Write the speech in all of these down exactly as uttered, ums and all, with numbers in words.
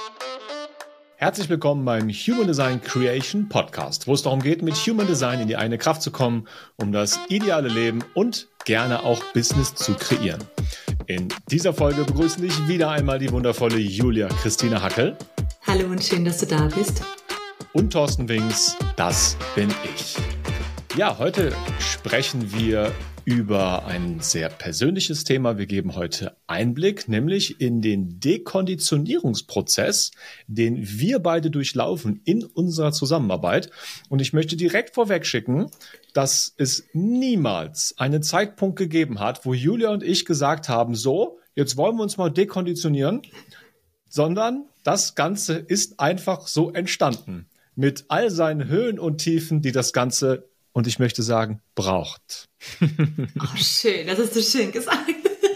Herzlich willkommen beim Human Design Creation Podcast, wo es darum geht, mit Human Design in die eigene Kraft zu kommen, um das ideale Leben und gerne auch Business zu kreieren. In dieser Folge begrüßen dich wieder einmal die wundervolle Julia Christina Hackel. Hallo und schön, dass du da bist. Und Thorsten Wings, das bin ich. Ja, heute sprechen wir über ein sehr persönliches Thema. Wir geben heute Einblick, nämlich in den Dekonditionierungsprozess, den wir beide durchlaufen in unserer Zusammenarbeit. Und ich möchte direkt vorweg schicken, dass es niemals einen Zeitpunkt gegeben hat, wo Julia und ich gesagt haben, so, jetzt wollen wir uns mal dekonditionieren, sondern das Ganze ist einfach so entstanden. Mit all seinen Höhen und Tiefen, die das Ganze, und ich möchte sagen, braucht. Oh, schön, das hast du schön gesagt.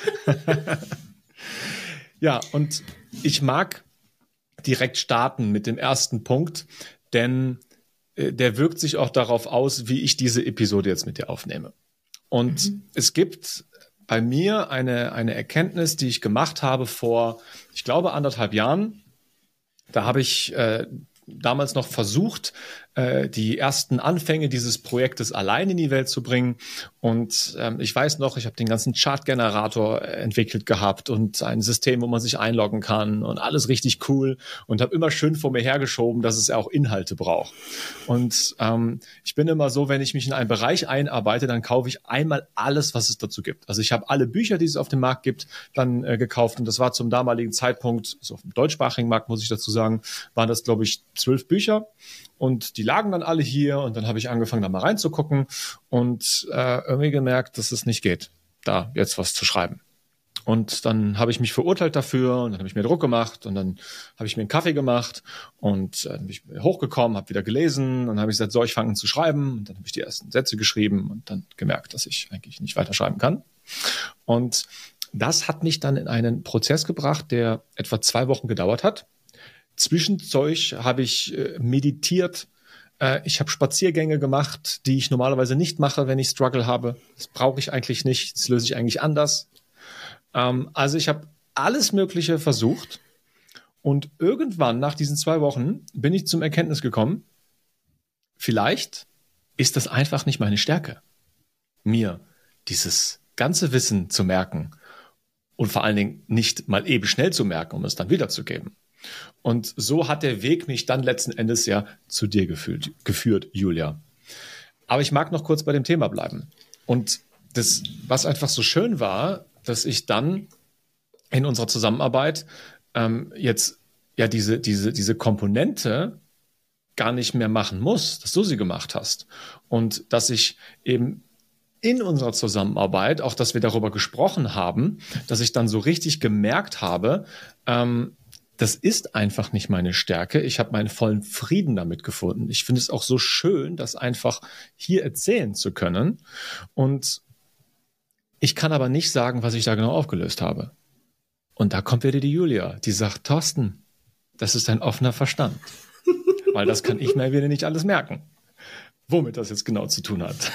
Ja, und ich mag direkt starten mit dem ersten Punkt, denn äh, der wirkt sich auch darauf aus, wie ich diese Episode jetzt mit dir aufnehme. Und mhm. es gibt bei mir eine, eine Erkenntnis, die ich gemacht habe vor, ich glaube, anderthalb Jahren. Da habe ich äh, damals noch versucht, äh, die ersten Anfänge dieses Projektes allein in die Welt zu bringen. Und ähm, ich weiß noch, ich habe den ganzen Chartgenerator entwickelt gehabt und ein System, wo man sich einloggen kann und alles richtig cool und habe immer schön vor mir hergeschoben, dass es ja auch Inhalte braucht. Und ähm, ich bin immer so, wenn ich mich in einen Bereich einarbeite, dann kaufe ich einmal alles, was es dazu gibt. Also ich habe alle Bücher, die es auf dem Markt gibt, dann äh, gekauft und das war zum damaligen Zeitpunkt, so auf dem deutschsprachigen Markt muss ich dazu sagen, waren das, glaube ich, zwölf Bücher. Und die lagen dann alle hier und dann habe ich angefangen, da mal reinzugucken und äh, irgendwie gemerkt, dass es nicht geht, da jetzt was zu schreiben. Und dann habe ich mich verurteilt dafür und dann habe ich mir Druck gemacht und dann habe ich mir einen Kaffee gemacht und äh, dann bin ich hochgekommen, habe wieder gelesen und dann habe ich gesagt, so, ich fange an zu schreiben und dann habe ich die ersten Sätze geschrieben und dann gemerkt, dass ich eigentlich nicht weiter schreiben kann. Und das hat mich dann in einen Prozess gebracht, der etwa zwei Wochen gedauert hat. Zwischenzeug habe ich äh, meditiert, äh, ich habe Spaziergänge gemacht, die ich normalerweise nicht mache, wenn ich Struggle habe. Das brauche ich eigentlich nicht, das löse ich eigentlich anders. Ähm, also ich habe alles Mögliche versucht und irgendwann nach diesen zwei Wochen bin ich zum Erkenntnis gekommen, vielleicht ist das einfach nicht meine Stärke, mir dieses ganze Wissen zu merken und vor allen Dingen nicht mal eben schnell zu merken, um es dann wiederzugeben. Und so hat der Weg mich dann letzten Endes ja zu dir gefühlt, geführt, Julia. Aber ich mag noch kurz bei dem Thema bleiben. Und das, was einfach so schön war, dass ich dann in unserer Zusammenarbeit ähm, jetzt ja diese, diese, diese Komponente gar nicht mehr machen muss, dass du sie gemacht hast. Und dass ich eben in unserer Zusammenarbeit, auch dass wir darüber gesprochen haben, dass ich dann so richtig gemerkt habe, ähm, das ist einfach nicht meine Stärke. Ich habe meinen vollen Frieden damit gefunden. Ich finde es auch so schön, das einfach hier erzählen zu können. Und ich kann aber nicht sagen, was ich da genau aufgelöst habe. Und da kommt wieder die Julia, die sagt, Thorsten, das ist ein offener Verstand. Weil das kann ich mir wieder nicht alles merken. Womit das jetzt genau zu tun hat.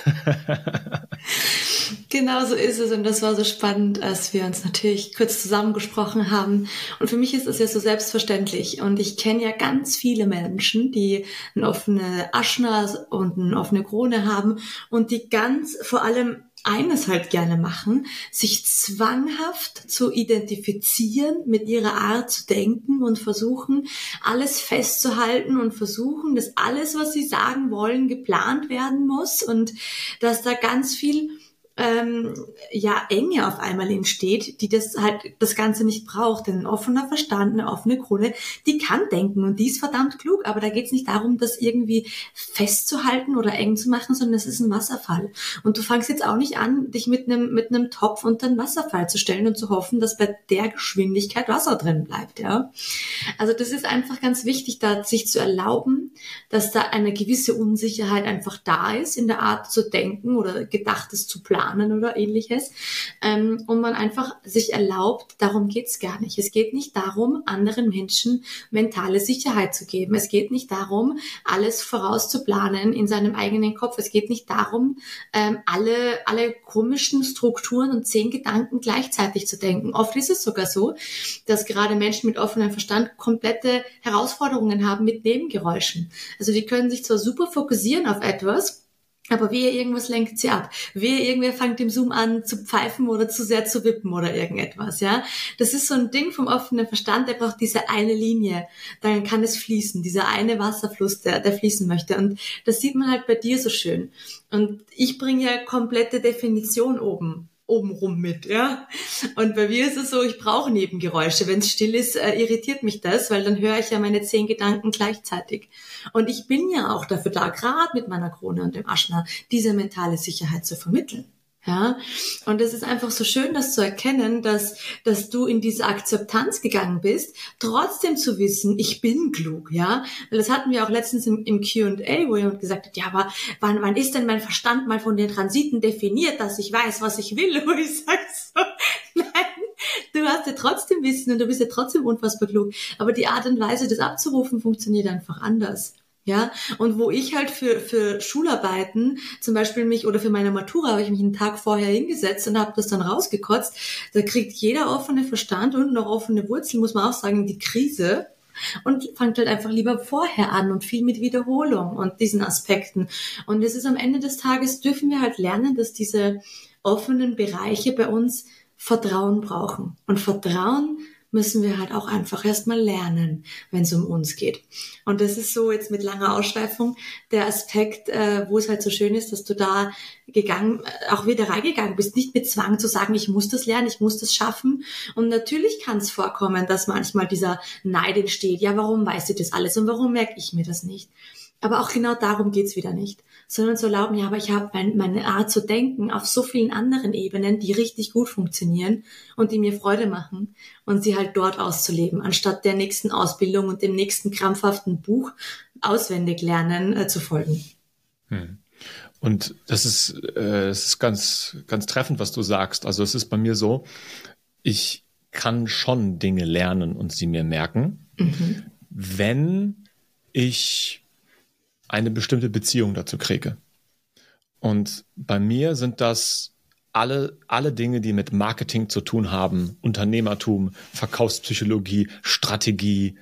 Genau so ist es und das war so spannend, als wir uns natürlich kurz zusammengesprochen haben. Und für mich ist es ja so selbstverständlich und ich kenne ja ganz viele Menschen, die eine offene Aschna und eine offene Krone haben und die ganz vor allem eines halt gerne machen, sich zwanghaft zu identifizieren mit ihrer Art zu denken und versuchen, alles festzuhalten und versuchen, dass alles, was sie sagen wollen, geplant werden muss und dass da ganz viel ähm, ja Enge auf einmal entsteht, die das halt das Ganze nicht braucht. Denn ein offener Verstand, eine offene Krone, die kann denken und die ist verdammt klug, aber da geht es nicht darum, das irgendwie festzuhalten oder eng zu machen, sondern es ist ein Wasserfall. Und du fangst jetzt auch nicht an, dich mit einem mit einem Topf unter einen Wasserfall zu stellen und zu hoffen, dass bei der Geschwindigkeit Wasser drin bleibt. Ja, also das ist einfach ganz wichtig, da sich zu erlauben, dass da eine gewisse Unsicherheit einfach da ist in der Art zu denken oder Gedachtes zu planen. planen oder ähnliches. Ähm, und man einfach sich erlaubt, darum geht's gar nicht. Es geht nicht darum, anderen Menschen mentale Sicherheit zu geben. Es geht nicht darum, alles vorauszuplanen in seinem eigenen Kopf. Es geht nicht darum, ähm, alle, alle komischen Strukturen und zehn Gedanken gleichzeitig zu denken. Oft ist es sogar so, dass gerade Menschen mit offenem Verstand komplette Herausforderungen haben mit Nebengeräuschen. Also die können sich zwar super fokussieren auf etwas, aber wehe, irgendwas lenkt sie ab. Wehe, irgendwer fängt im Zoom an zu pfeifen oder zu sehr zu wippen oder irgendetwas, ja. Das ist so ein Ding vom offenen Verstand, der braucht diese eine Linie. Dann kann es fließen, dieser eine Wasserfluss, der, der fließen möchte. Und das sieht man halt bei dir so schön. Und ich bringe ja komplette Definition oben. obenrum mit, ja. Und bei mir ist es so, ich brauche Nebengeräusche. Wenn es still ist, äh, irritiert mich das, weil dann höre ich ja meine zehn Gedanken gleichzeitig. Und ich bin ja auch dafür da, gerade mit meiner Krone und dem Aschna, diese mentale Sicherheit zu vermitteln. Ja, und es ist einfach so schön, das zu erkennen, dass, dass du in diese Akzeptanz gegangen bist, trotzdem zu wissen, ich bin klug, ja, weil das hatten wir auch letztens im, im Q und A, wo jemand gesagt hat, ja, aber wann, wann ist denn mein Verstand mal von den Transiten definiert, dass ich weiß, was ich will, wo ich sage so, nein, du hast ja trotzdem Wissen und du bist ja trotzdem unfassbar klug, aber die Art und Weise, das abzurufen, funktioniert einfach anders. Ja, und wo ich halt für für Schularbeiten zum Beispiel mich oder für meine Matura habe ich mich einen Tag vorher hingesetzt und habe das dann rausgekotzt, da kriegt jeder offene Verstand und noch offene Wurzeln, muss man auch sagen, die Krise und fängt halt einfach lieber vorher an und viel mit Wiederholung und diesen Aspekten. Und es ist am Ende des Tages, dürfen wir halt lernen, dass diese offenen Bereiche bei uns Vertrauen brauchen. Und Vertrauen müssen wir halt auch einfach erstmal lernen, wenn es um uns geht. Und das ist so jetzt mit langer Ausschweifung der Aspekt, äh, wo es halt so schön ist, dass du da gegangen, auch wieder reingegangen bist, nicht mit Zwang zu sagen, ich muss das lernen, ich muss das schaffen. Und natürlich kann es vorkommen, dass manchmal dieser Neid entsteht. Ja, warum weißt du das alles und warum merke ich mir das nicht? Aber auch genau darum geht's wieder nicht, sondern zu erlauben, ja, aber ich habe mein, meine Art zu denken auf so vielen anderen Ebenen, die richtig gut funktionieren und die mir Freude machen und sie halt dort auszuleben, anstatt der nächsten Ausbildung und dem nächsten krampfhaften Buch auswendig lernen äh, zu folgen. Hm. Und das ist, äh, das ist ganz, ganz treffend, was du sagst. Also es ist bei mir so, ich kann schon Dinge lernen und sie mir merken, mhm. wenn ich eine bestimmte Beziehung dazu kriege. Und bei mir sind das alle, alle Dinge, die mit Marketing zu tun haben, Unternehmertum, Verkaufspsychologie, Strategie.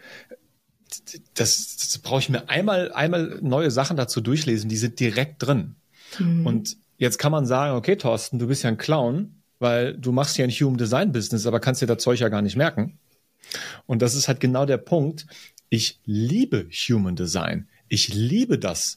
Das, das brauche ich mir einmal, einmal neue Sachen dazu durchlesen, die sind direkt drin. Mhm. Und jetzt kann man sagen, okay, Thorsten, du bist ja ein Clown, weil du machst ja ein Human Design Business, aber kannst dir das Zeug ja gar nicht merken. Und das ist halt genau der Punkt. Ich liebe Human Design. Ich liebe das,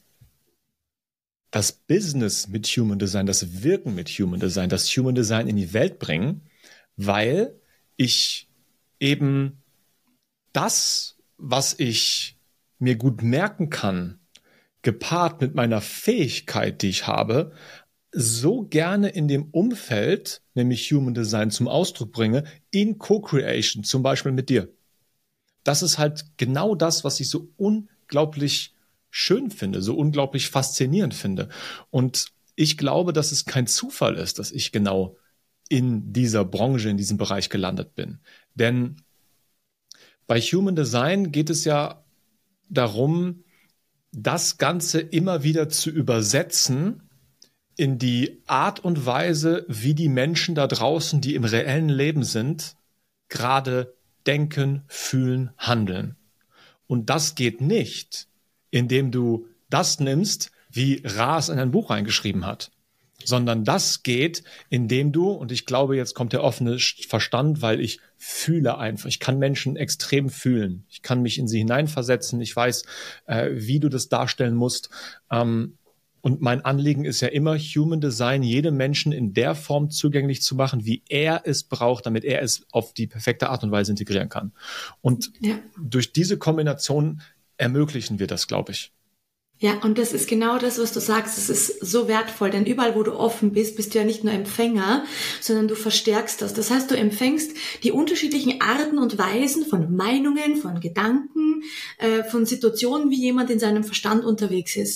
das Business mit Human Design, das Wirken mit Human Design, das Human Design in die Welt bringen, weil ich eben das, was ich mir gut merken kann, gepaart mit meiner Fähigkeit, die ich habe, so gerne in dem Umfeld, nämlich Human Design, zum Ausdruck bringe, in Co-Creation, zum Beispiel mit dir. Das ist halt genau das, was ich so unglaublich schön finde, so unglaublich faszinierend finde. Und ich glaube, dass es kein Zufall ist, dass ich genau in dieser Branche, in diesem Bereich gelandet bin. Denn bei Human Design geht es ja darum, das Ganze immer wieder zu übersetzen in die Art und Weise, wie die Menschen da draußen, die im reellen Leben sind, gerade denken, fühlen, handeln. Und das geht nicht, indem du das nimmst, wie Raas in ein Buch reingeschrieben hat, sondern das geht, indem du, und ich glaube, jetzt kommt der offene Verstand, weil ich fühle einfach, ich kann Menschen extrem fühlen, ich kann mich in sie hineinversetzen, ich weiß, äh, wie du das darstellen musst, ähm, und mein Anliegen ist ja immer, Human Design jedem Menschen in der Form zugänglich zu machen, wie er es braucht, damit er es auf die perfekte Art und Weise integrieren kann. Und ja. durch diese Kombination ermöglichen wir das, glaube ich. Ja, und das ist genau das, was du sagst. Es ist so wertvoll, denn überall, wo du offen bist, bist du ja nicht nur Empfänger, sondern du verstärkst das. Das heißt, du empfängst die unterschiedlichen Arten und Weisen von Meinungen, von Gedanken, äh, von Situationen, wie jemand in seinem Verstand unterwegs ist.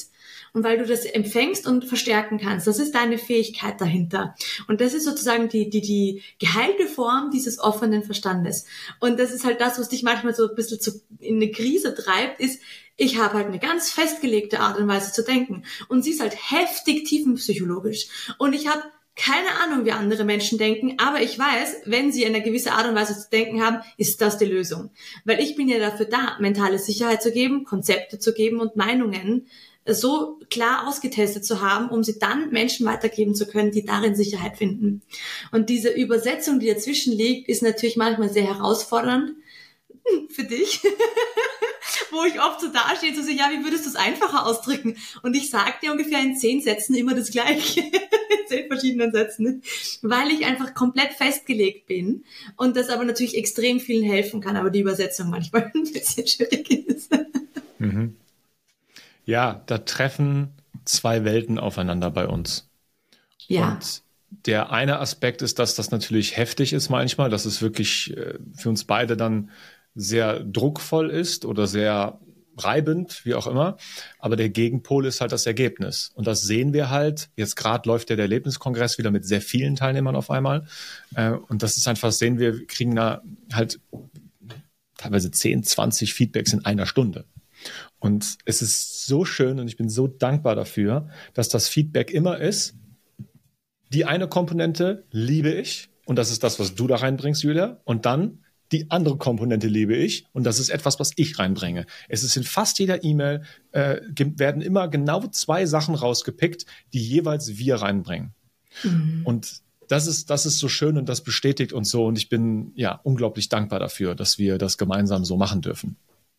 und weil du das empfängst und verstärken kannst. Das ist deine Fähigkeit dahinter. Und das ist sozusagen die, die, die geheilte Form dieses offenen Verstandes. Und das ist halt das, was dich manchmal so ein bisschen zu, in eine Krise treibt, ist, ich habe halt eine ganz festgelegte Art und Weise zu denken. Und sie ist halt heftig tiefenpsychologisch. Und ich habe keine Ahnung, wie andere Menschen denken, aber ich weiß, wenn sie eine gewisse Art und Weise zu denken haben, ist das die Lösung. Weil ich bin ja dafür da, mentale Sicherheit zu geben, Konzepte zu geben und Meinungen so klar ausgetestet zu haben, um sie dann Menschen weitergeben zu können, die darin Sicherheit finden. Und diese Übersetzung, die dazwischen liegt, ist natürlich manchmal sehr herausfordernd für dich, wo ich oft so dastehe, so, ja, wie würdest du es einfacher ausdrücken? Und ich sage dir ungefähr in zehn Sätzen immer das Gleiche, in zehn verschiedenen Sätzen, weil ich einfach komplett festgelegt bin und das aber natürlich extrem vielen helfen kann, aber die Übersetzung manchmal ein bisschen schwierig ist. Mhm. Ja, da treffen zwei Welten aufeinander bei uns. Ja. Und der eine Aspekt ist, dass das natürlich heftig ist manchmal, dass es wirklich äh, für uns beide dann sehr druckvoll ist oder sehr reibend, wie auch immer. Aber der Gegenpol ist halt das Ergebnis. Und das sehen wir halt. Jetzt gerade läuft ja der Erlebniskongress wieder mit sehr vielen Teilnehmern auf einmal. Äh, und das ist einfach, sehen wir, kriegen da halt teilweise zehn, zwanzig Feedbacks in einer Stunde. Und es ist so schön und ich bin so dankbar dafür, dass das Feedback immer ist, die eine Komponente liebe ich und das ist das, was du da reinbringst, Julia. Und dann die andere Komponente liebe ich und das ist etwas, was ich reinbringe. Es ist in fast jeder E-Mail, äh, werden immer genau zwei Sachen rausgepickt, die jeweils wir reinbringen. Mhm. Und das ist, das ist so schön und das bestätigt uns so und ich bin ja unglaublich dankbar dafür, dass wir das gemeinsam so machen dürfen.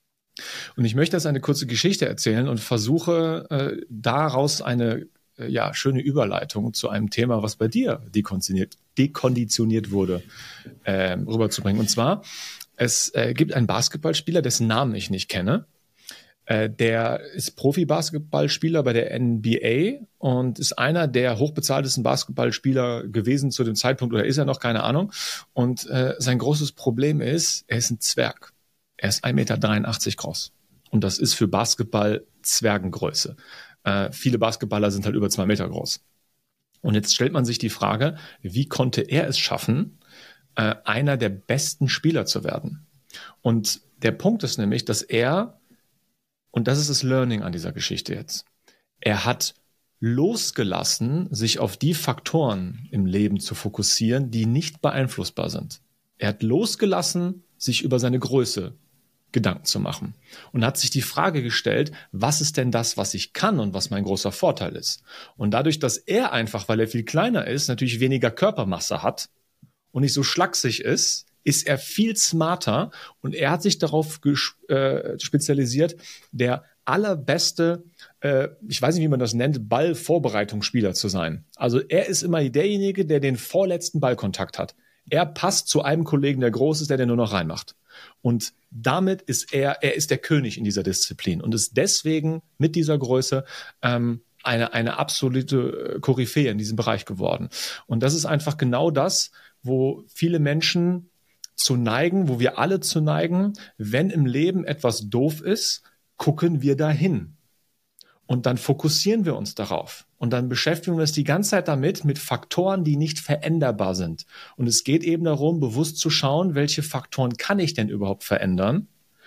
Und ich möchte jetzt eine kurze Geschichte erzählen und versuche äh, daraus eine äh, ja, schöne Überleitung zu einem Thema, was bei dir dekonditioniert, dekonditioniert wurde, äh, rüberzubringen. Und zwar, es äh, gibt einen Basketballspieler, dessen Namen ich nicht kenne. Äh, der ist Profi-Basketballspieler bei der N B A und ist einer der hochbezahltesten Basketballspieler gewesen zu dem Zeitpunkt, oder ist er noch, keine Ahnung. Und äh, sein großes Problem ist, er ist ein Zwerg. Er ist ein Meter dreiundachtzig groß. Und das ist für Basketball Zwergengröße. Äh, viele Basketballer sind halt über zwei Meter groß. Und jetzt stellt man sich die Frage, wie konnte er es schaffen, äh, einer der besten Spieler zu werden? Und der Punkt ist nämlich, dass er, und das ist das Learning an dieser Geschichte jetzt, er hat losgelassen, sich auf die Faktoren im Leben zu fokussieren, die nicht beeinflussbar sind. Er hat losgelassen, sich über seine Größe Gedanken zu machen und hat sich die Frage gestellt, was ist denn das, was ich kann und was mein großer Vorteil ist? Und dadurch, dass er einfach, weil er viel kleiner ist, natürlich weniger Körpermasse hat und nicht so schlaksig ist, ist er viel smarter und er hat sich darauf ges- äh, spezialisiert, der allerbeste, äh, ich weiß nicht, wie man das nennt, Ballvorbereitungsspieler zu sein. Also er ist immer derjenige, der den vorletzten Ballkontakt hat. Er passt zu einem Kollegen, der groß ist, der den nur noch reinmacht. Und damit ist er, er ist der König in dieser Disziplin und ist deswegen mit dieser Größe ähm, eine, eine absolute Koryphäe in diesem Bereich geworden. Und das ist einfach genau das, wo viele Menschen zu neigen, wo wir alle zu neigen, wenn im Leben etwas doof ist, gucken wir dahin. Und dann fokussieren wir uns darauf. Und dann beschäftigen wir uns die ganze Zeit damit, mit Faktoren, die nicht veränderbar sind. Und es geht eben darum, bewusst zu schauen, welche Faktoren kann ich denn überhaupt verändern,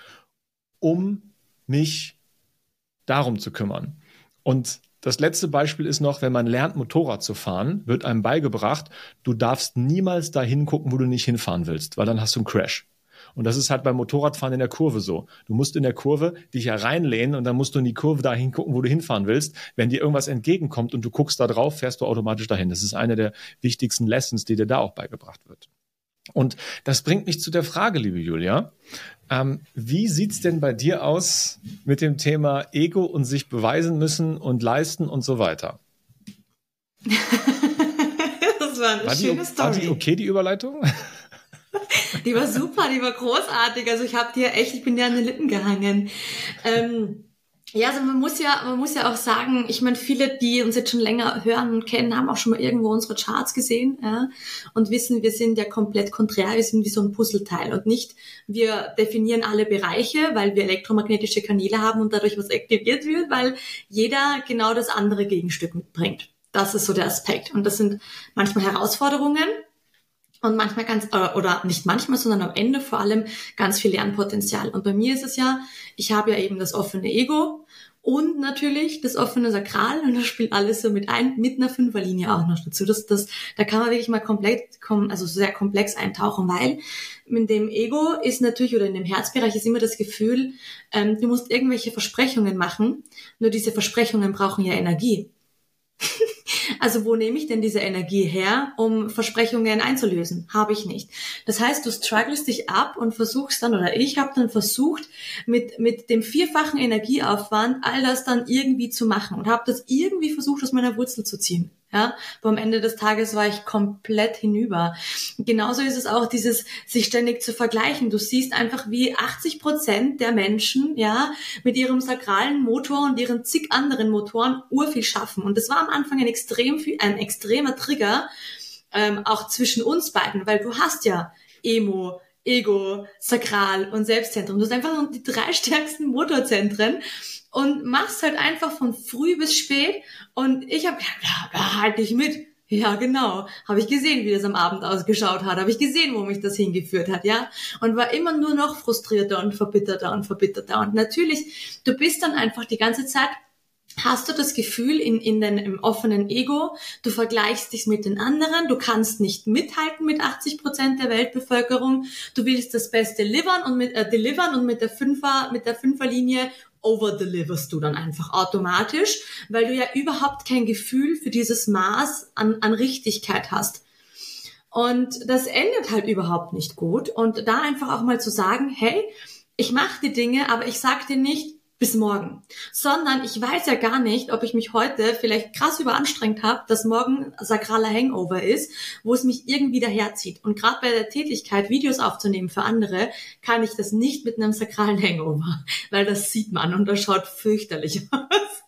um mich darum zu kümmern. Und das letzte Beispiel ist noch, wenn man lernt, Motorrad zu fahren, wird einem beigebracht, du darfst niemals dahin gucken, wo du nicht hinfahren willst, weil dann hast du einen Crash. Und das ist halt beim Motorradfahren in der Kurve so. Du musst in der Kurve dich ja reinlehnen und dann musst du in die Kurve dahin gucken, wo du hinfahren willst. Wenn dir irgendwas entgegenkommt und du guckst da drauf, fährst du automatisch dahin. Das ist eine der wichtigsten Lessons, die dir da auch beigebracht wird. Und das bringt mich zu der Frage, liebe Julia, ähm, wie sieht's denn bei dir aus mit dem Thema Ego und sich beweisen müssen und leisten und so weiter? Das war eine war schöne die, Story. War die okay, die Überleitung? Die war super, die war großartig. Also ich habe dir echt, ich bin dir an den Lippen gehangen. Ähm, Ja, also man muss ja, man muss ja auch sagen, ich meine, viele, die uns jetzt schon länger hören und kennen, haben auch schon mal irgendwo unsere Charts gesehen, ja, und wissen, wir sind ja komplett konträr, wir sind wie so ein Puzzleteil und nicht, wir definieren alle Bereiche, weil wir elektromagnetische Kanäle haben und dadurch was aktiviert wird, weil jeder genau das andere Gegenstück mitbringt. Das ist so der Aspekt. Und das sind manchmal Herausforderungen und manchmal ganz, oder, oder nicht manchmal, sondern am Ende vor allem ganz viel Lernpotenzial. Und bei mir ist es ja, ich habe ja eben das offene Ego und natürlich das offene Sakral und das spielt alles so mit ein, mit einer Fünferlinie auch noch dazu. Das, das, da kann man wirklich mal komplett, also sehr komplex eintauchen, weil in dem Ego ist natürlich, oder in dem Herzbereich ist immer das Gefühl, ähm, du musst irgendwelche Versprechungen machen, nur diese Versprechungen brauchen ja Energie. Also wo nehme ich denn diese Energie her, um Versprechungen einzulösen? Habe ich nicht. Das heißt, du strugglest dich ab und versuchst dann, oder ich habe dann versucht, mit mit dem vierfachen Energieaufwand all das dann irgendwie zu machen und habe das irgendwie versucht, aus meiner Wurzel zu ziehen. Ja, aber am Ende des Tages war ich komplett hinüber. Genauso ist es auch dieses, sich ständig zu vergleichen. Du siehst einfach, wie achtzig Prozent der Menschen, ja, mit ihrem sakralen Motor und ihren zig anderen Motoren urviel schaffen. Und das war am Anfang ein extrem viel, ein extremer Trigger, ähm, auch zwischen uns beiden, weil du hast ja Emo, Ego, Sakral und Selbstzentrum. Du hast einfach die drei stärksten Motorzentren und machst halt einfach von früh bis spät. Und ich habe gedacht, ja, da halte ich mit. Ja, genau. Habe ich gesehen, wie das am Abend ausgeschaut hat. Habe ich gesehen, wo mich das hingeführt hat, ja. Und war immer nur noch frustrierter und verbitterter und verbitterter. Und natürlich, du bist dann einfach die ganze Zeit, hast du das Gefühl in, in den, im offenen Ego, du vergleichst dich mit den anderen, du kannst nicht mithalten mit achtzig Prozent der Weltbevölkerung, du willst das Beste delivern und mit, äh, delivern und mit der Fünfer, mit der Fünferlinie overdeliverst du dann einfach automatisch, weil du ja überhaupt kein Gefühl für dieses Maß an, an Richtigkeit hast. Und das endet halt überhaupt nicht gut. Und da einfach auch mal zu sagen, hey, ich mache die Dinge, aber ich sag dir nicht, bis morgen, sondern ich weiß ja gar nicht, ob ich mich heute vielleicht krass überanstrengt habe, dass morgen sakraler Hangover ist, wo es mich irgendwie daherzieht. Und gerade bei der Tätigkeit, Videos aufzunehmen für andere, kann ich das nicht mit einem sakralen Hangover, weil das sieht man und das schaut fürchterlich aus.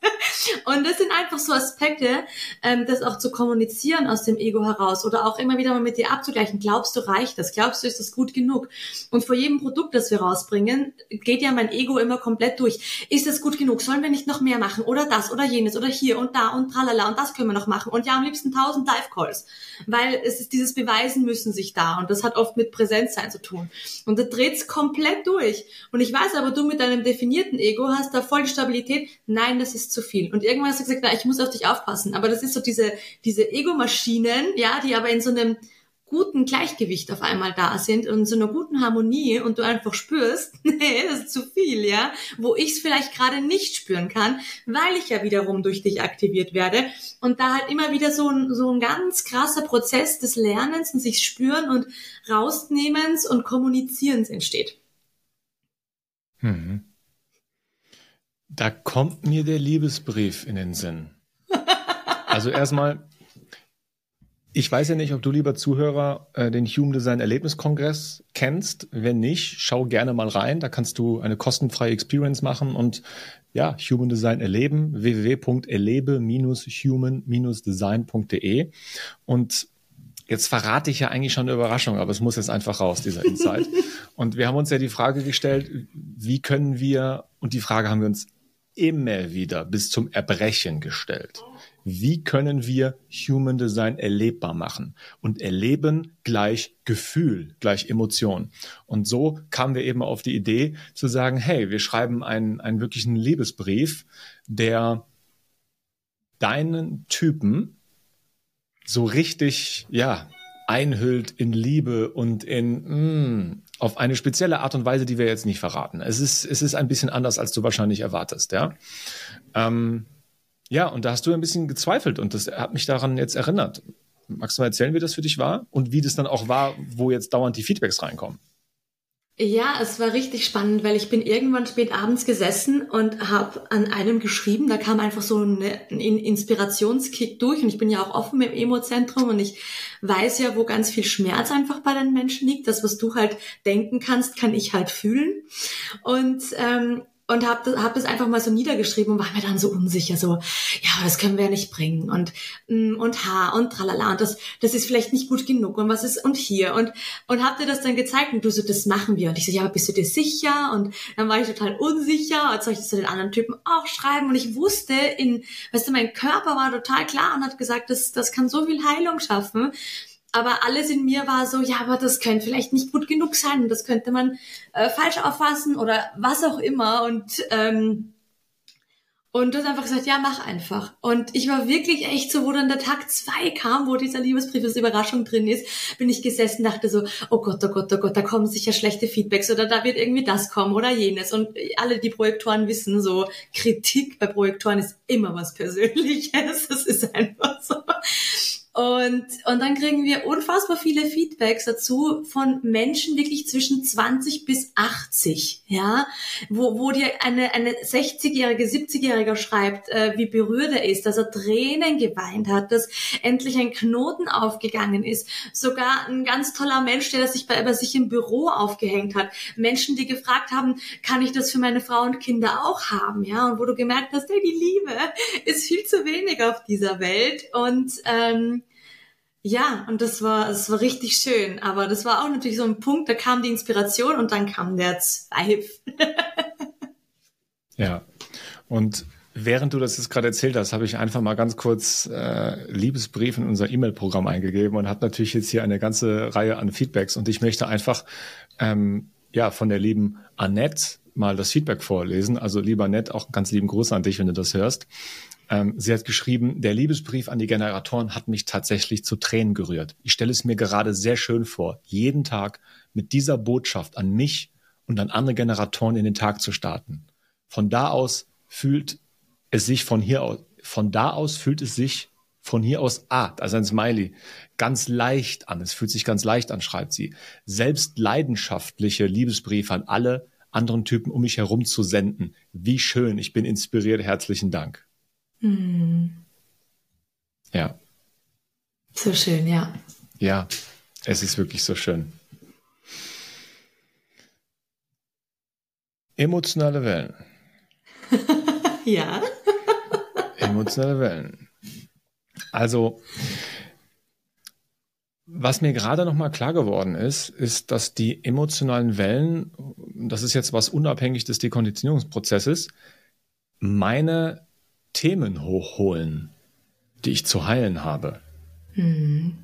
Und das sind einfach so Aspekte, ähm, das auch zu kommunizieren aus dem Ego heraus oder auch immer wieder mal mit dir abzugleichen. Glaubst du, reicht das? Glaubst du, ist das gut genug? Und vor jedem Produkt, das wir rausbringen, geht ja mein Ego immer komplett durch. Ist das gut genug? Sollen wir nicht noch mehr machen? Oder das oder jenes oder hier und da und tralala und das können wir noch machen. Und ja, am liebsten tausend Live-Calls. Weil es ist dieses Beweisen müssen sich da und das hat oft mit Präsenzsein zu tun. Und da dreht's komplett durch. Und ich weiß aber, du mit deinem definierten Ego hast da voll die Stabilität. Nein, das ist zu viel. Und irgendwann hast du gesagt, na, ich muss auf dich aufpassen. Aber das ist so diese, diese Ego-Maschinen, ja, die aber in so einem guten Gleichgewicht auf einmal da sind und in so einer guten Harmonie und du einfach spürst, nee, das ist zu viel, ja, wo ich es vielleicht gerade nicht spüren kann, weil ich ja wiederum durch dich aktiviert werde und da halt immer wieder so ein, so ein ganz krasser Prozess des Lernens und sich spüren und rausnehmens und kommunizierens entsteht. Hm. Da kommt mir der Liebesbrief in den Sinn. Also erstmal, ich weiß ja nicht, ob du, lieber Zuhörer, den Human Design Erlebniskongress kennst. Wenn nicht, schau gerne mal rein. Da kannst du eine kostenfreie Experience machen und ja, Human Design erleben, w w w punkt erlebe human design punkt de. Und jetzt verrate ich ja eigentlich schon eine Überraschung, aber es muss jetzt einfach raus, dieser Insight. Und wir haben uns ja die Frage gestellt, wie können wir, und die Frage haben wir uns immer wieder bis zum Erbrechen gestellt. Wie können wir Human Design erlebbar machen? Und erleben gleich Gefühl, gleich Emotion. Und so kamen wir eben auf die Idee zu sagen, hey, wir schreiben einen, einen wirklichen Liebesbrief, der deinen Typen so richtig, ja, einhüllt in Liebe und in, mh, auf eine spezielle Art und Weise, die wir jetzt nicht verraten. Es ist, es ist ein bisschen anders, als du wahrscheinlich erwartest, ja. Ähm, ja, und da hast du ein bisschen gezweifelt und das hat mich daran jetzt erinnert. Magst du mal erzählen, wie das für dich war und wie das dann auch war, wo jetzt dauernd die Feedbacks reinkommen? Ja, es war richtig spannend, weil ich bin irgendwann spät abends gesessen und habe an einem geschrieben, da kam einfach so eine, ein Inspirationskick durch und ich bin ja auch offen im Emo-Zentrum und ich weiß ja, wo ganz viel Schmerz einfach bei den Menschen liegt. Das, was du halt denken kannst, kann ich halt fühlen. Und ähm, und habe hab das einfach mal so niedergeschrieben und war mir dann so unsicher, so, ja, das können wir ja nicht bringen und und ha und tralala und das das ist vielleicht nicht gut genug und was ist und hier und und hab dir das dann gezeigt und du so, das machen wir und ich so, ja, aber bist du dir sicher? Und dann war ich total unsicher, als soll ich das zu den anderen Typen auch schreiben und ich wusste, in, weißt du, mein Körper war total klar und hat gesagt, das das kann so viel Heilung schaffen. Aber alles in mir war so, ja, aber das könnte vielleicht nicht gut genug sein und das könnte man äh, falsch auffassen oder was auch immer. Und ähm, und du hast einfach gesagt, ja, mach einfach. Und ich war wirklich echt so, wo dann der Tag zwei kam, wo dieser Liebesbrief als Überraschung drin ist, bin ich gesessen, dachte so, oh Gott, oh Gott, oh Gott, da kommen sicher schlechte Feedbacks oder da wird irgendwie das kommen oder jenes. Und alle, die Projektoren wissen, so Kritik bei Projektoren ist immer was Persönliches. Das ist einfach so. Und, und dann kriegen wir unfassbar viele Feedbacks dazu von Menschen wirklich zwischen zwanzig bis achtzig, ja, wo, wo dir eine, eine sechzigjährige, siebzigjährige schreibt, äh, wie berührt er ist, dass er Tränen geweint hat, dass endlich ein Knoten aufgegangen ist. Sogar ein ganz toller Mensch, der sich bei, bei sich im Büro aufgehängt hat. Menschen, die gefragt haben, kann ich das für meine Frau und Kinder auch haben, ja, und wo du gemerkt hast, hey, die Liebe ist viel zu wenig auf dieser Welt und, ähm, ja, und das war, das war richtig schön. Aber das war auch natürlich so ein Punkt, da kam die Inspiration und dann kam der Zweifel. Ja, und während du das jetzt gerade erzählt hast, habe ich einfach mal ganz kurz äh, Liebesbrief in unser E-Mail-Programm eingegeben und habe natürlich jetzt hier eine ganze Reihe an Feedbacks. Und ich möchte einfach ähm, ja von der lieben Annette mal das Feedback vorlesen. Also lieber Annette, auch ganz lieben Gruß an dich, wenn du das hörst. Ähm, sie hat geschrieben, der Liebesbrief an die Generatoren hat mich tatsächlich zu Tränen gerührt. Ich stelle es mir gerade sehr schön vor, jeden Tag mit dieser Botschaft an mich und an andere Generatoren in den Tag zu starten. Von da aus fühlt es sich von hier aus, von da aus fühlt es sich von hier aus, ah, also ein Smiley, ganz leicht an. Es fühlt sich ganz leicht an, schreibt sie. Selbst leidenschaftliche Liebesbriefe an alle anderen Typen um mich herum zu senden. Wie schön, ich bin inspiriert, herzlichen Dank. Hm. Ja. So schön, ja. Ja, es ist wirklich so schön. Emotionale Wellen. Ja. Emotionale Wellen. Also, was mir gerade noch mal klar geworden ist, ist, dass die emotionalen Wellen, das ist jetzt was unabhängig des Dekonditionierungsprozesses, meine Themen hochholen, die ich zu heilen habe. Mhm.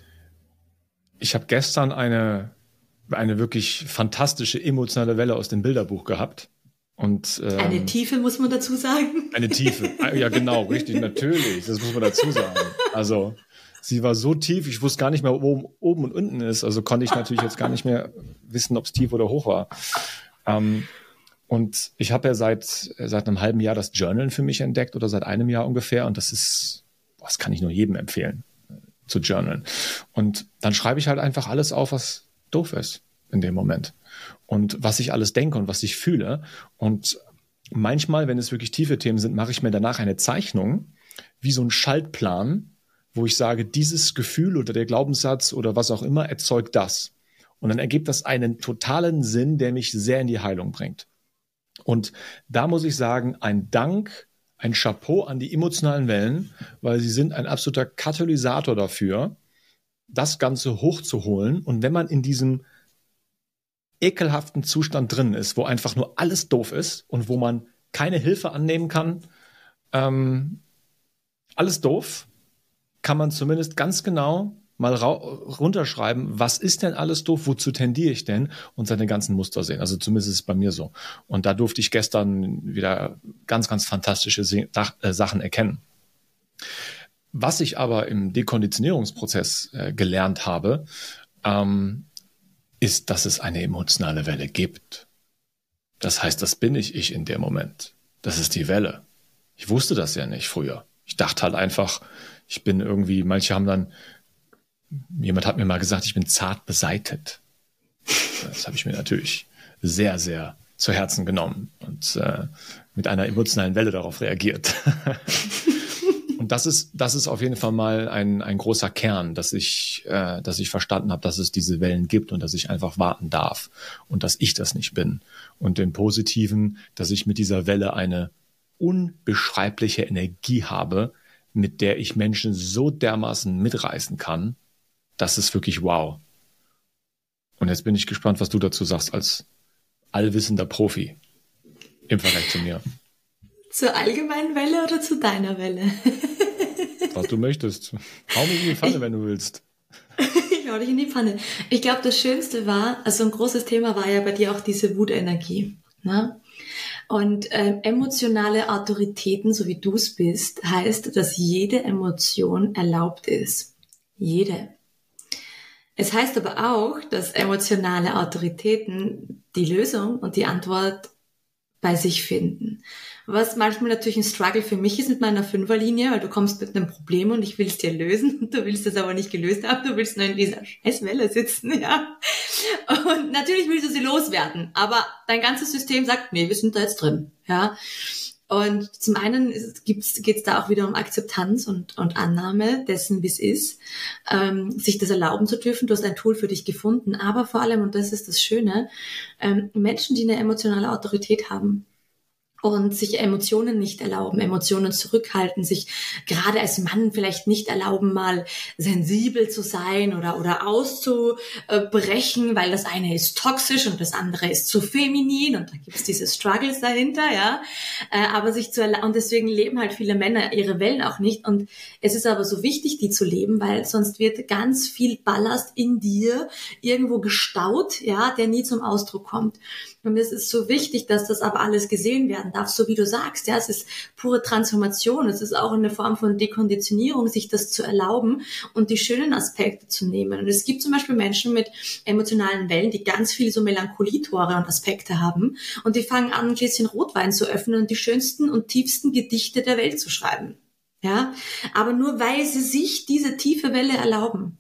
Ich habe gestern eine, eine wirklich fantastische emotionale Welle aus dem Bilderbuch gehabt. Und, ähm, eine Tiefe, muss man dazu sagen. Eine Tiefe, ja genau, richtig, natürlich, das muss man dazu sagen. Also sie war so tief, ich wusste gar nicht mehr, wo oben, oben und unten ist, also konnte ich natürlich jetzt gar nicht mehr wissen, ob es tief oder hoch war. Ähm, Und ich habe ja seit, seit einem halben Jahr das Journalen für mich entdeckt oder seit einem Jahr ungefähr. Und das ist, das kann ich nur jedem empfehlen, zu journalen. Und dann schreibe ich halt einfach alles auf, was doof ist in dem Moment. Und was ich alles denke und was ich fühle. Und manchmal, wenn es wirklich tiefe Themen sind, mache ich mir danach eine Zeichnung, wie so ein Schaltplan, wo ich sage, dieses Gefühl oder der Glaubenssatz oder was auch immer erzeugt das. Und dann ergibt das einen totalen Sinn, der mich sehr in die Heilung bringt. Und da muss ich sagen, ein Dank, ein Chapeau an die emotionalen Wellen, weil sie sind ein absoluter Katalysator dafür, das Ganze hochzuholen. Und wenn man in diesem ekelhaften Zustand drin ist, wo einfach nur alles doof ist und wo man keine Hilfe annehmen kann, ähm, alles doof, kann man zumindest ganz genau mal runterschreiben, was ist denn alles doof, wozu tendiere ich denn und seine ganzen Muster sehen. Also zumindest ist es bei mir so. Und da durfte ich gestern wieder ganz, ganz fantastische Sachen erkennen. Was ich aber im Dekonditionierungsprozess äh, gelernt habe, ähm, ist, dass es eine emotionale Welle gibt. Das heißt, das bin ich ich in dem Moment. Das ist die Welle. Ich wusste das ja nicht früher. Ich dachte halt einfach, ich bin irgendwie, manche haben dann Jemand hat mir mal gesagt, ich bin zart beseitet. Das habe ich mir natürlich sehr, sehr zu Herzen genommen und äh, mit einer emotionalen Welle darauf reagiert. Und und das ist, das ist auf jeden Fall mal ein, ein großer Kern, dass ich, äh, dass ich verstanden habe, dass es diese Wellen gibt und dass ich einfach warten darf und dass ich das nicht bin. Und im Positiven, dass ich mit dieser Welle eine unbeschreibliche Energie habe, mit der ich Menschen so dermaßen mitreißen kann, das ist wirklich wow. Und jetzt bin ich gespannt, was du dazu sagst als allwissender Profi im Vergleich zu mir. Zur allgemeinen Welle oder zu deiner Welle? Was du möchtest. Hau mich in die Pfanne, ich, wenn du willst. Ich hau dich in die Pfanne. Ich glaube, das Schönste war, also ein großes Thema war ja bei dir auch diese Wutenergie. Ne? Und äh, emotionale Autoritäten, so wie du es bist, heißt, dass jede Emotion erlaubt ist. Jede. Es heißt aber auch, dass emotionale Autoritäten die Lösung und die Antwort bei sich finden. Was manchmal natürlich ein Struggle für mich ist mit meiner Fünferlinie, weil du kommst mit einem Problem und ich will es dir lösen. Du willst es aber nicht gelöst haben, du willst nur in dieser Scheißwelle sitzen, ja. Und natürlich willst du sie loswerden, aber dein ganzes System sagt, nee, wir sind da jetzt drin, ja. Und zum einen geht es da auch wieder um Akzeptanz und, und Annahme dessen, wie es ist, ähm, sich das erlauben zu dürfen. Du hast ein Tool für dich gefunden, aber vor allem, und das ist das Schöne, ähm, Menschen, die eine emotionale Autorität haben und sich Emotionen nicht erlauben, Emotionen zurückhalten, sich gerade als Mann vielleicht nicht erlauben, mal sensibel zu sein oder oder auszubrechen, weil das eine ist toxisch und das andere ist zu feminin und da gibt es diese Struggles dahinter, ja. Aber sich zu erlauben, und deswegen leben halt viele Männer ihre Wellen auch nicht und es ist aber so wichtig, die zu leben, weil sonst wird ganz viel Ballast in dir irgendwo gestaut, ja, der nie zum Ausdruck kommt. Und es ist so wichtig, dass das aber alles gesehen werden darf, so wie du sagst. Ja, es ist pure Transformation. Es ist auch eine Form von Dekonditionierung, sich das zu erlauben und die schönen Aspekte zu nehmen. Und es gibt zum Beispiel Menschen mit emotionalen Wellen, die ganz viel so Melancholietore und Aspekte haben. Und die fangen an, ein Gläschen Rotwein zu öffnen und die schönsten und tiefsten Gedichte der Welt zu schreiben. Ja, aber nur weil sie sich diese tiefe Welle erlauben.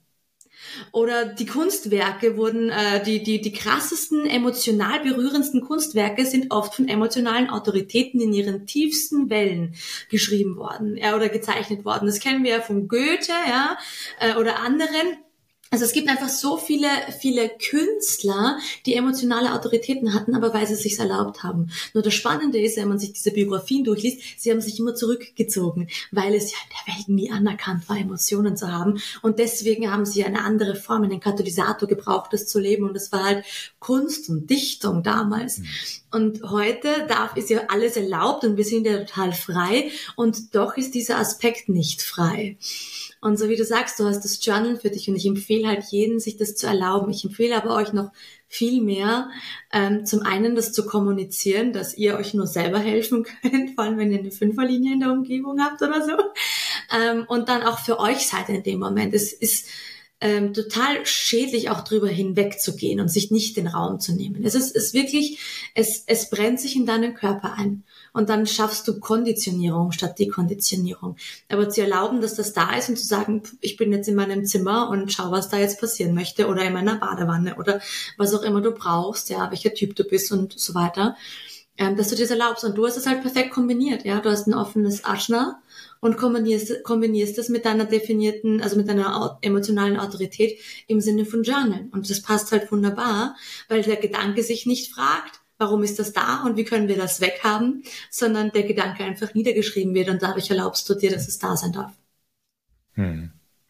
Oder die Kunstwerke wurden, äh, die, die, die krassesten, emotional berührendsten Kunstwerke sind oft von emotionalen Autoritäten in ihren tiefsten Wellen geschrieben worden, ja, oder gezeichnet worden. Das kennen wir ja von Goethe, ja, äh, oder anderen. Also es gibt einfach so viele, viele Künstler, die emotionale Autoritäten hatten, aber weil sie es sich erlaubt haben. Nur das Spannende ist, wenn man sich diese Biografien durchliest, sie haben sich immer zurückgezogen, weil es ja in der Welt nie anerkannt war, Emotionen zu haben. Und deswegen haben sie eine andere Form, einen Katalysator gebraucht, das zu leben. Und das war halt Kunst und Dichtung damals. Mhm. Und heute darf, ist ja alles erlaubt und wir sind ja total frei. Und doch ist dieser Aspekt nicht frei. Und so wie du sagst, du hast das Journal für dich und ich empfehle halt jeden, sich das zu erlauben. Ich empfehle aber euch noch viel mehr, ähm, zum einen das zu kommunizieren, dass ihr euch nur selber helfen könnt, vor allem wenn ihr eine Fünferlinie in der Umgebung habt oder so. Ähm, und dann auch für euch seid in dem Moment. Es ist ähm, total schädlich, auch drüber hinwegzugehen und sich nicht den Raum zu nehmen. Es ist, ist wirklich, es, es brennt sich in deinen Körper ein. Und dann schaffst du Konditionierung statt Dekonditionierung. Aber zu erlauben, dass das da ist und zu sagen, ich bin jetzt in meinem Zimmer und schau, was da jetzt passieren möchte oder in meiner Badewanne oder was auch immer du brauchst, ja, welcher Typ du bist und so weiter, ähm, dass du dir das erlaubst. Und du hast es halt perfekt kombiniert, ja. Du hast ein offenes Ajna und kombinierst, kombinierst das mit deiner definierten, also mit deiner emotionalen Autorität im Sinne von Journal. Und das passt halt wunderbar, weil der Gedanke sich nicht fragt, warum ist das da und wie können wir das weghaben, sondern der Gedanke einfach niedergeschrieben wird und dadurch erlaubst du dir, dass es da sein darf. Hm.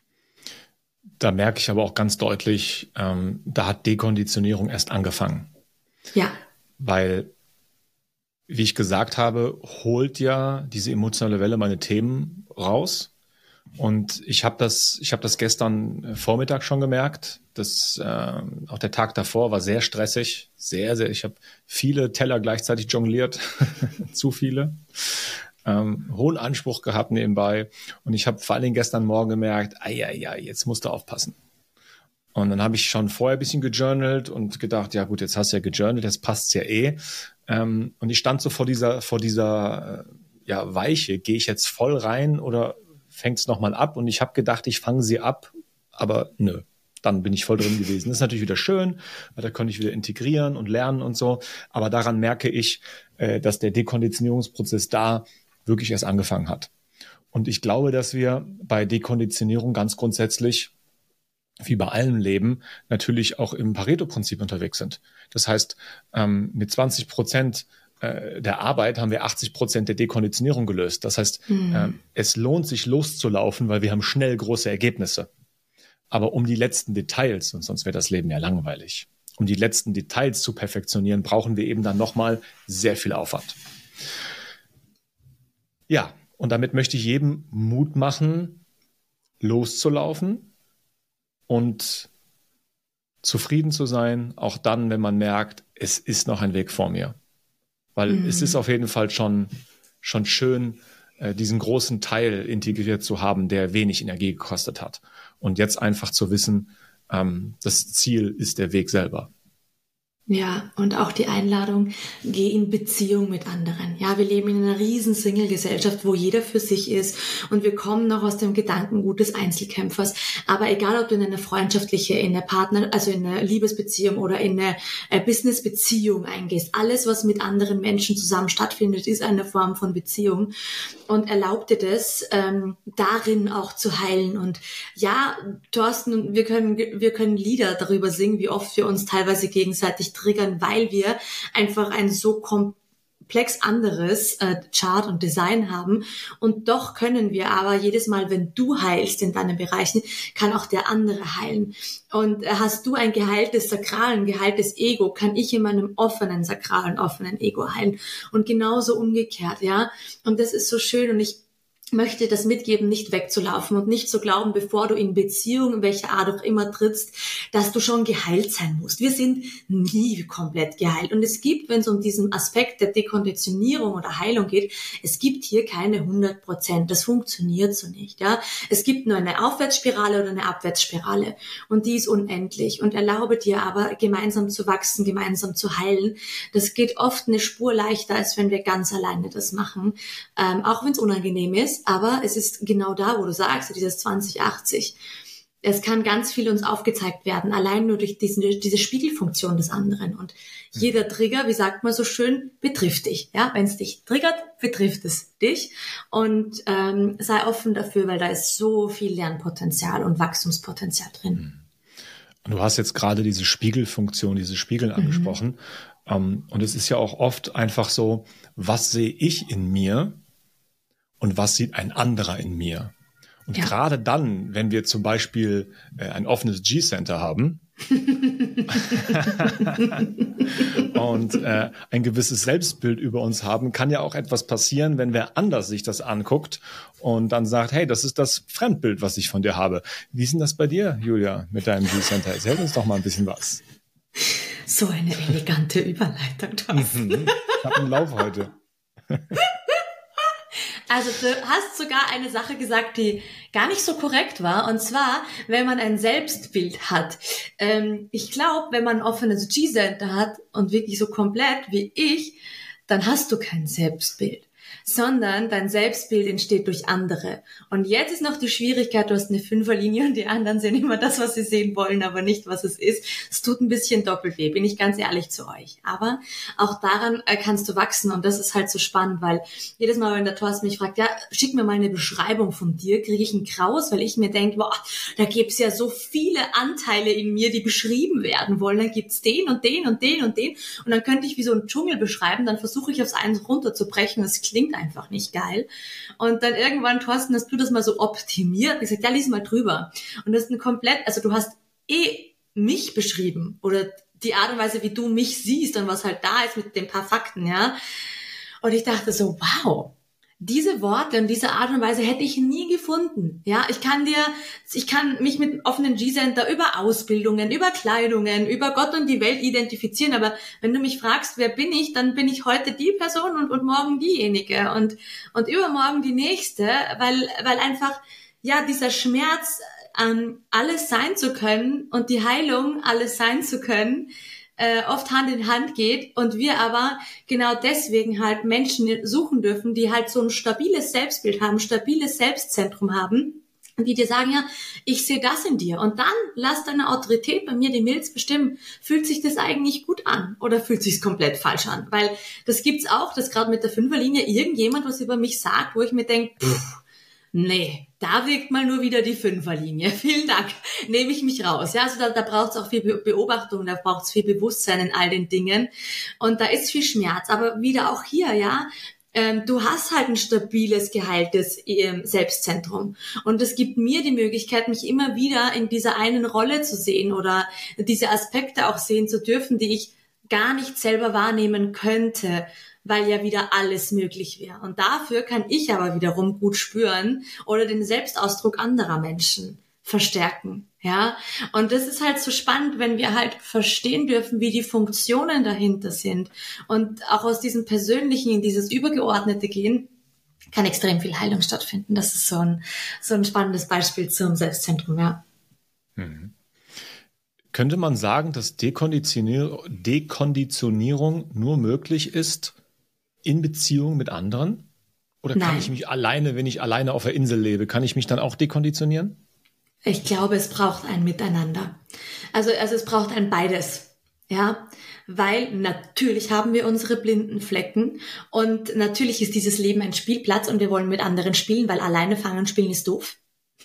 Da merke ich aber auch ganz deutlich, ähm, da hat Dekonditionierung erst angefangen. Ja. Weil, wie ich gesagt habe, holt ja diese emotionale Welle meine Themen raus. Und ich habe das, ich habe das gestern Vormittag schon gemerkt. Das, äh, auch der Tag davor war sehr stressig, sehr, sehr. Ich habe viele Teller gleichzeitig jongliert, zu viele, ähm, hohen Anspruch gehabt nebenbei. Und ich habe vor allen Dingen gestern Morgen gemerkt, ai, ai, ai, jetzt musst du aufpassen. Und dann habe ich schon vorher ein bisschen gejournalt und gedacht, ja gut, jetzt hast du ja gejournalt, jetzt passt's ja eh. Ähm, und ich stand so vor dieser, vor dieser, äh, ja, Weiche. Gehe ich jetzt voll rein oder fängt es nochmal ab? Und ich habe gedacht, ich fange sie ab, aber nö, dann bin ich voll drin gewesen. Das ist natürlich wieder schön, weil da konnte ich wieder integrieren und lernen und so. Aber daran merke ich, äh, dass der Dekonditionierungsprozess da wirklich erst angefangen hat. Und ich glaube, dass wir bei Dekonditionierung ganz grundsätzlich, wie bei allem Leben, natürlich auch im Pareto-Prinzip unterwegs sind. Das heißt, ähm, mit zwanzig Prozent der Arbeit haben wir achtzig Prozent der Dekonditionierung gelöst. Das heißt, mhm. äh, es lohnt sich loszulaufen, weil wir haben schnell große Ergebnisse. Aber um die letzten Details, und sonst wäre das Leben ja langweilig, um die letzten Details zu perfektionieren, brauchen wir eben dann nochmal sehr viel Aufwand. Ja, und damit möchte ich jedem Mut machen, loszulaufen und zufrieden zu sein, auch dann, wenn man merkt, es ist noch ein Weg vor mir. Weil mhm. es ist auf jeden Fall schon, schon schön, äh, diesen großen Teil integriert zu haben, der wenig Energie gekostet hat. Und jetzt einfach zu wissen, ähm, das Ziel ist der Weg selber. Ja, und auch die Einladung, geh in Beziehung mit anderen. Ja, wir leben in einer riesen Single-Gesellschaft, wo jeder für sich ist und wir kommen noch aus dem Gedankengut des Einzelkämpfers. Aber egal, ob du in eine freundschaftliche, in eine Partner, also in eine Liebesbeziehung oder in eine äh, Businessbeziehung eingehst, alles, was mit anderen Menschen zusammen stattfindet, ist eine Form von Beziehung und erlaubt dir das, ähm, darin auch zu heilen. Und ja, Thorsten, wir können, wir können Lieder darüber singen, wie oft wir uns teilweise gegenseitig triggern, weil wir einfach ein so komplex anderes äh, Chart und Design haben. Und doch können wir aber jedes Mal, wenn du heilst in deinen Bereichen, kann auch der andere heilen. Und äh, hast du ein geheiltes Sakral, ein geheiltes Ego, kann ich in meinem offenen Sakralen, offenen Ego heilen. Und genauso umgekehrt, ja. Und das ist so schön und ich möchte das mitgeben, nicht wegzulaufen und nicht zu glauben, bevor du in Beziehung, in welcher Art auch immer trittst, dass du schon geheilt sein musst. Wir sind nie komplett geheilt. Und es gibt, wenn es um diesen Aspekt der Dekonditionierung oder Heilung geht, es gibt hier keine hundert Prozent. Das funktioniert so nicht. Ja, es gibt nur eine Aufwärtsspirale oder eine Abwärtsspirale. Und die ist unendlich. Und erlaube dir aber, gemeinsam zu wachsen, gemeinsam zu heilen. Das geht oft eine Spur leichter, als wenn wir ganz alleine das machen. Ähm, auch wenn es unangenehm ist. Aber es ist genau da, wo du sagst, dieses zwanzig achtzig. Es kann ganz viel uns aufgezeigt werden, allein nur durch diesen, diese Spiegelfunktion des anderen. Und jeder Trigger, wie sagt man so schön, betrifft dich. Ja, wenn es dich triggert, betrifft es dich. Und ähm, sei offen dafür, weil da ist so viel Lernpotenzial und Wachstumspotenzial drin. Du hast jetzt gerade diese Spiegelfunktion, diese Spiegeln angesprochen. Mhm. Um, und es ist ja auch oft einfach so, was sehe ich in mir? Und was sieht ein anderer in mir? Und ja. gerade dann, wenn wir zum Beispiel äh, ein offenes G-Center haben und äh, ein gewisses Selbstbild über uns haben, kann ja auch etwas passieren, wenn wer anders sich das anguckt und dann sagt, hey, das ist das Fremdbild, was ich von dir habe. Wie ist denn das bei dir, Julia, mit deinem G-Center? Erzähl uns doch mal ein bisschen was. So eine elegante Überleitung, Thorsten. Ich habe einen Lauf heute. Also du hast sogar eine Sache gesagt, die gar nicht so korrekt war. Und zwar, wenn man ein Selbstbild hat. Ähm, ich glaube, wenn man ein offenes G-Center hat und wirklich so komplett wie ich, dann hast du kein Selbstbild. Sondern dein Selbstbild entsteht durch andere. Und jetzt ist noch die Schwierigkeit, du hast eine Fünferlinie und die anderen sehen immer das, was sie sehen wollen, aber nicht, was es ist. Es tut ein bisschen doppelt weh, bin ich ganz ehrlich zu euch. Aber auch daran äh, kannst du wachsen und das ist halt so spannend, weil jedes Mal, wenn der Thorsten mich fragt, ja, schick mir mal eine Beschreibung von dir, kriege ich einen Kraus, weil ich mir denke, boah, da gibt's ja so viele Anteile in mir, die beschrieben werden wollen. Dann gibt's den und den und den und den und dann könnte ich wie so einen Dschungel beschreiben, dann versuche ich aufs eins runterzubrechen, das klingt einfach nicht geil. Und dann irgendwann, Thorsten, hast du das mal so optimiert. Ich gesagt, ja, lies mal drüber. Und das ist ein komplett, also du hast eh mich beschrieben oder die Art und Weise, wie du mich siehst und was halt da ist mit den paar Fakten, ja. Und ich dachte so, wow, diese Worte und diese Art und Weise hätte ich nie gefunden. Ja, ich kann dir, ich kann mich mit offenen G-Center über Ausbildungen, über Kleidungen, über Gott und die Welt identifizieren. Aber wenn du mich fragst, wer bin ich, dann bin ich heute die Person und, und morgen diejenige und, und übermorgen die nächste, weil, weil einfach, ja, dieser Schmerz, ähm, alles sein zu können und die Heilung, alles sein zu können, Äh, oft Hand in Hand geht und wir aber genau deswegen halt Menschen suchen dürfen, die halt so ein stabiles Selbstbild haben, stabiles Selbstzentrum haben und die dir sagen, ja, ich sehe das in dir und dann lass deine Autorität bei mir die Milz bestimmen, fühlt sich das eigentlich gut an oder fühlt sich komplett falsch an, weil das gibt's auch, dass gerade mit der Fünferlinie irgendjemand was über mich sagt, wo ich mir denke, pff, nee, da wirkt mal nur wieder die Fünferlinie. Vielen Dank, nehme ich mich raus. Ja, also da, da braucht es auch viel Beobachtung, da braucht es viel Bewusstsein in all den Dingen und da ist viel Schmerz. Aber wieder auch hier, ja, ähm, du hast halt ein stabiles, geheiltes ähm, Selbstzentrum und es gibt mir die Möglichkeit, mich immer wieder in dieser einen Rolle zu sehen oder diese Aspekte auch sehen zu dürfen, die ich gar nicht selber wahrnehmen könnte, weil ja wieder alles möglich wäre. Und dafür kann ich aber wiederum gut spüren oder den Selbstausdruck anderer Menschen verstärken. Ja, und das ist halt so spannend, wenn wir halt verstehen dürfen, wie die Funktionen dahinter sind und auch aus diesem Persönlichen in dieses Übergeordnete gehen, kann extrem viel Heilung stattfinden. Das ist so ein, so ein spannendes Beispiel zum Selbstzentrum, ja. Mhm. Könnte man sagen, dass Dekonditionier- Dekonditionierung nur möglich ist in Beziehung mit anderen? Oder kann Nein. ich mich alleine, wenn ich alleine auf der Insel lebe, kann ich mich dann auch dekonditionieren? Ich glaube, es braucht ein Miteinander. Also, also es braucht ein beides. Ja, weil natürlich haben wir unsere blinden Flecken und natürlich ist dieses Leben ein Spielplatz und wir wollen mit anderen spielen, weil alleine fangen spielen ist doof.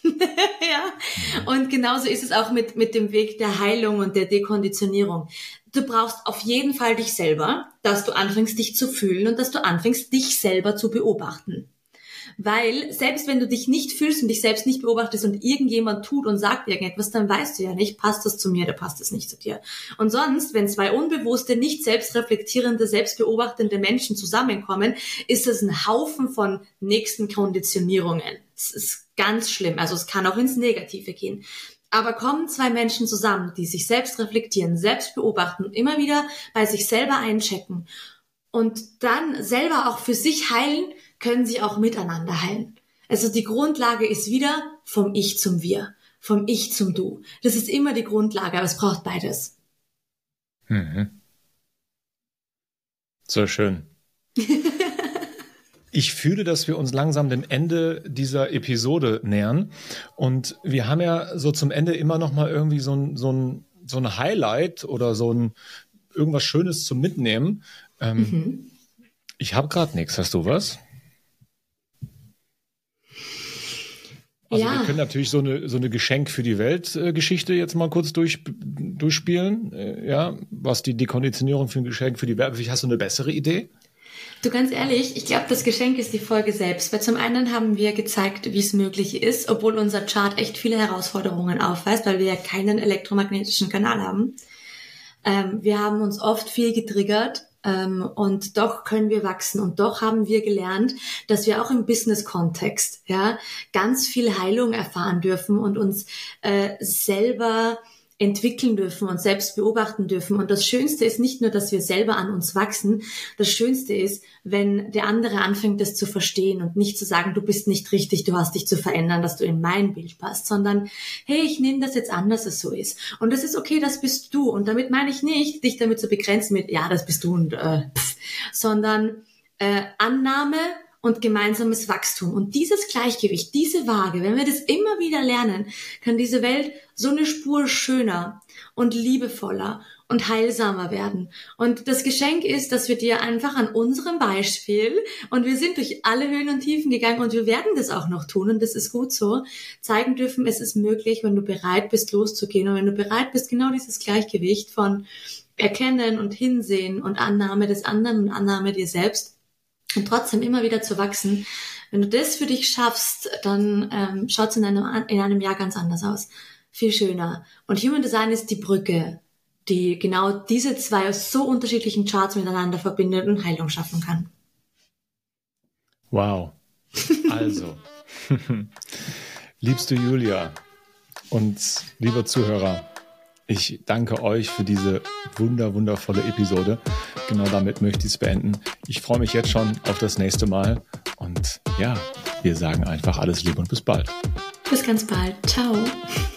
Ja, und genauso ist es auch mit, mit dem Weg der Heilung und der Dekonditionierung. Du brauchst auf jeden Fall dich selber, dass du anfängst, dich zu fühlen und dass du anfängst, dich selber zu beobachten. Weil selbst wenn du dich nicht fühlst und dich selbst nicht beobachtest und irgendjemand tut und sagt irgendetwas, dann weißt du ja nicht, passt das zu mir oder passt das nicht zu dir. Und sonst, wenn zwei unbewusste, nicht selbstreflektierende, selbstbeobachtende Menschen zusammenkommen, ist es ein Haufen von nächsten Konditionierungen. Es ist ganz schlimm, also es kann auch ins Negative gehen. Aber kommen zwei Menschen zusammen, die sich selbst reflektieren, selbst beobachten und immer wieder bei sich selber einchecken und dann selber auch für sich heilen, können sie auch miteinander heilen. Also die Grundlage ist wieder vom Ich zum Wir, vom Ich zum Du. Das ist immer die Grundlage, aber es braucht beides. Mhm. So schön. Ich fühle, dass wir uns langsam dem Ende dieser Episode nähern. Und wir haben ja so zum Ende immer noch mal irgendwie so ein, so ein, so ein Highlight oder so ein irgendwas Schönes zum Mitnehmen. Ähm, mhm. Ich habe gerade nichts. Hast du was? Also ja. Wir können natürlich so eine so eine Geschenk für die Welt-Geschichte jetzt mal kurz durch, durchspielen. Ja, was die Dekonditionierung für ein Geschenk für die Welt. Vielleicht hast du eine bessere Idee? Du, ganz ehrlich, ich glaube, das Geschenk ist die Folge selbst. Weil zum einen haben wir gezeigt, wie es möglich ist, obwohl unser Chart echt viele Herausforderungen aufweist, weil wir ja keinen elektromagnetischen Kanal haben. Ähm, wir haben uns oft viel getriggert. Ähm, und doch können wir wachsen und doch haben wir gelernt, dass wir auch im Business-Kontext ja ganz viel Heilung erfahren dürfen und uns äh, selber entwickeln dürfen und selbst beobachten dürfen. Und das Schönste ist nicht nur, dass wir selber an uns wachsen. Das Schönste ist, wenn der andere anfängt, das zu verstehen und nicht zu sagen, du bist nicht richtig, du hast dich zu verändern, dass du in mein Bild passt, sondern hey, ich nehme das jetzt an, dass es so ist. Und das ist okay, das bist du. Und damit meine ich nicht, dich damit zu begrenzen mit, ja, das bist du und äh, pff, sondern äh, Annahme und gemeinsames Wachstum. Und dieses Gleichgewicht, diese Waage, wenn wir das immer wieder lernen, kann diese Welt so eine Spur schöner und liebevoller und heilsamer werden. Und das Geschenk ist, dass wir dir einfach an unserem Beispiel, und wir sind durch alle Höhen und Tiefen gegangen und wir werden das auch noch tun und das ist gut so, zeigen dürfen, es ist möglich, wenn du bereit bist, loszugehen und wenn du bereit bist, genau dieses Gleichgewicht von Erkennen und Hinsehen und Annahme des anderen und Annahme dir selbst und trotzdem immer wieder zu wachsen. Wenn du das für dich schaffst, dann ähm, schaut es in einem, in einem Jahr ganz anders aus. Viel schöner. Und Human Design ist die Brücke, die genau diese zwei aus so unterschiedlichen Charts miteinander verbindet und Heilung schaffen kann. Wow. Also, liebste Julia und lieber Zuhörer, ich danke euch für diese wunder, wundervolle Episode. Genau damit möchte ich es beenden. Ich freue mich jetzt schon auf das nächste Mal. Und ja, wir sagen einfach alles Liebe und bis bald. Bis ganz bald. Ciao.